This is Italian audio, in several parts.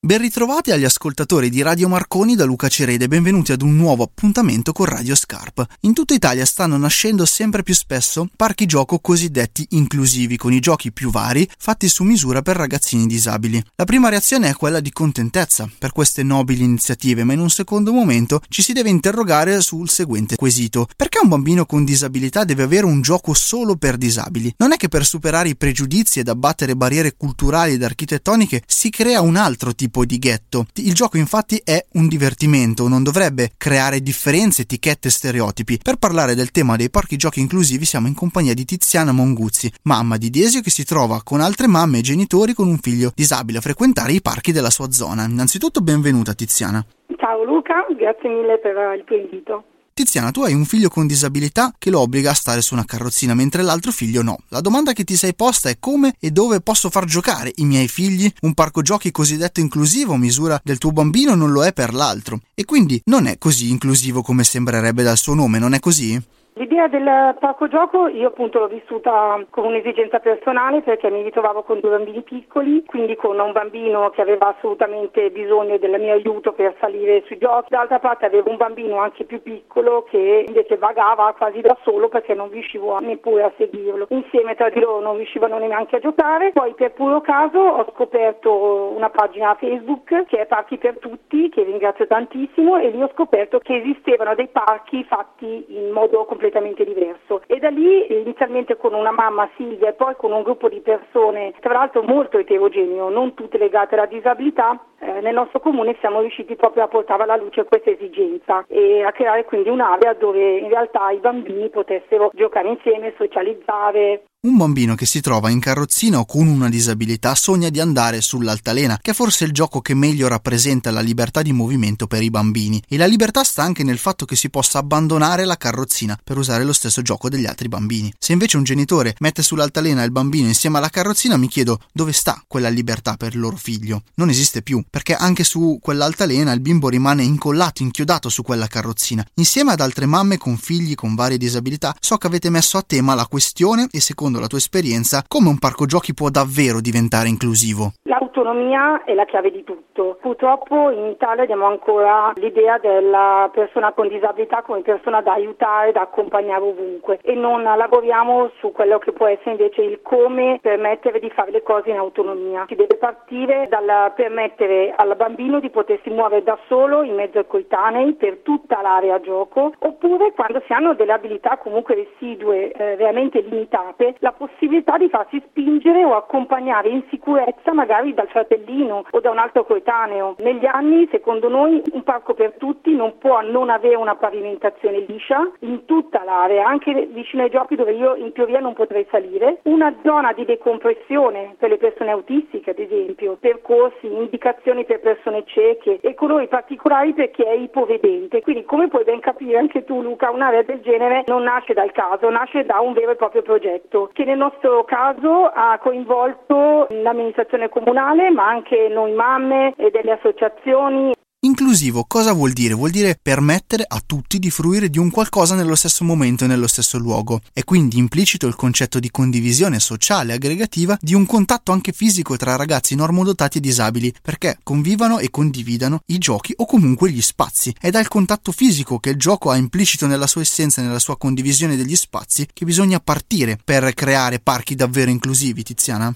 Ben ritrovati agli ascoltatori di Radio Marconi da Luca Cereda e benvenuti ad un nuovo appuntamento con Radio Scarp. In tutta Italia stanno nascendo sempre più spesso parchi gioco cosiddetti inclusivi, con i giochi più vari fatti su misura per ragazzini disabili. La prima reazione è quella di contentezza per queste nobili iniziative, ma in un secondo momento ci si deve interrogare sul seguente quesito: perché un bambino con disabilità deve avere un gioco solo per disabili? Non è che per superare i pregiudizi ed abbattere barriere culturali ed architettoniche si crea un altro tipo di ghetto? Il gioco infatti è un divertimento, non dovrebbe creare differenze, etichette e stereotipi. Per parlare del tema dei parchi giochi inclusivi siamo in compagnia di Tiziana Monguzzi, mamma di Desio, che si trova con altre mamme e genitori con un figlio disabile a frequentare i parchi della sua zona. Innanzitutto benvenuta Tiziana. Ciao Luca, grazie mille per il tuo invito. Tiziana, tu hai un figlio con disabilità che lo obbliga a stare su una carrozzina, mentre l'altro figlio no. La domanda che ti sei posta è: come e dove posso far giocare i miei figli? Un parco giochi cosiddetto inclusivo a misura del tuo bambino non lo è per l'altro, e quindi non è così inclusivo come sembrerebbe dal suo nome, non è così? L'idea del parco gioco io appunto l'ho vissuta come un'esigenza personale, perché mi ritrovavo con due bambini piccoli, quindi con un bambino che aveva assolutamente bisogno del mio aiuto per salire sui giochi. D'altra parte avevo un bambino anche più piccolo che invece vagava quasi da solo perché non riuscivo neppure a seguirlo. Insieme tra di loro non riuscivano neanche a giocare. Poi per puro caso ho scoperto una pagina Facebook che è Parchi per Tutti, che ringrazio tantissimo, e lì ho scoperto che esistevano dei parchi fatti in modo completamente diverso, e da lì inizialmente con una mamma, Silvia, e poi con un gruppo di persone tra l'altro molto eterogeneo, non tutte legate alla disabilità, nel nostro comune siamo riusciti proprio a portare alla luce questa esigenza e a creare quindi un'area dove in realtà i bambini potessero giocare insieme, socializzare. Un bambino che si trova in carrozzina o con una disabilità sogna di andare sull'altalena, che è forse il gioco che meglio rappresenta la libertà di movimento per i bambini, e la libertà sta anche nel fatto che si possa abbandonare la carrozzina per usare lo stesso gioco degli altri bambini. Se invece un genitore mette sull'altalena il bambino insieme alla carrozzina, mi chiedo dove sta quella libertà per il loro figlio. Non esiste più, perché anche su quell'altalena il bimbo rimane incollato, inchiodato su quella carrozzina. Insieme ad altre mamme con figli con varie disabilità, so che avete messo a tema la questione e, secondo la tua esperienza, come un parco giochi può davvero diventare inclusivo? L'autonomia è la chiave di tutto. Purtroppo in Italia abbiamo ancora l'idea della persona con disabilità come persona da aiutare, da accompagnare ovunque, e non lavoriamo su quello che può essere invece il come permettere di fare le cose in autonomia. Si deve partire dal permettere al bambino di potersi muovere da solo in mezzo ai coetanei per tutta l'area gioco, oppure quando si hanno delle abilità comunque residue, veramente limitate, la possibilità di farsi spingere o accompagnare in sicurezza magari dal fratellino o da un altro coetaneo. Negli anni, secondo noi, un parco per tutti non può non avere una pavimentazione liscia in tutta l'area, anche vicino ai giochi dove io in teoria non potrei salire, una zona di decompressione per le persone autistiche, ad esempio, percorsi, indicazioni per persone cieche e colori particolari per chi è ipovedente. Quindi, come puoi ben capire anche tu, Luca, un'area del genere non nasce dal caso, nasce da un vero e proprio progetto che nel nostro caso ha coinvolto l'amministrazione comunale, ma anche noi mamme e delle associazioni. Inclusivo cosa vuol dire? Vuol dire permettere a tutti di fruire di un qualcosa nello stesso momento e nello stesso luogo. È quindi implicito il concetto di condivisione sociale aggregativa, di un contatto anche fisico tra ragazzi normodotati e disabili, perché convivano e condividano i giochi o comunque gli spazi. È dal contatto fisico che il gioco ha implicito nella sua essenza e nella sua condivisione degli spazi che bisogna partire per creare parchi davvero inclusivi, Tiziana?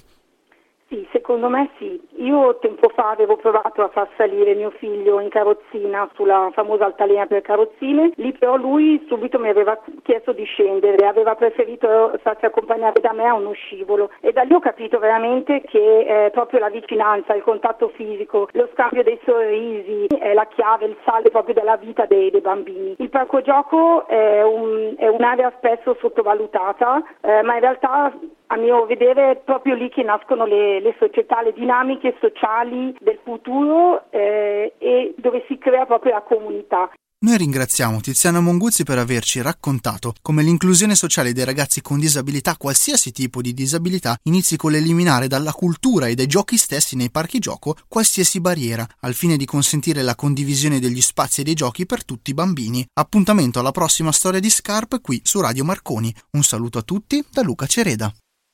Sì, secondo me sì. Io tempo fa avevo provato a far salire mio figlio in carrozzina sulla famosa altalena per carrozzine, lì però lui subito mi aveva chiesto di scendere, aveva preferito farsi accompagnare da me a uno scivolo, e da lì ho capito veramente che proprio la vicinanza, il contatto fisico, lo scambio dei sorrisi è la chiave, il sale proprio della vita dei bambini. Il parco gioco è un'area spesso sottovalutata, ma in realtà a mio vedere è proprio lì che nascono le società, le dinamiche sociali del futuro e dove si crea proprio la comunità. Noi ringraziamo Tiziana Monguzzi per averci raccontato come l'inclusione sociale dei ragazzi con disabilità, qualsiasi tipo di disabilità, inizi con l'eliminare dalla cultura e dai giochi stessi nei parchi gioco qualsiasi barriera, al fine di consentire la condivisione degli spazi e dei giochi per tutti i bambini. Appuntamento alla prossima storia di Scarp qui su Radio Marconi. Un saluto a tutti da Luca Cereda.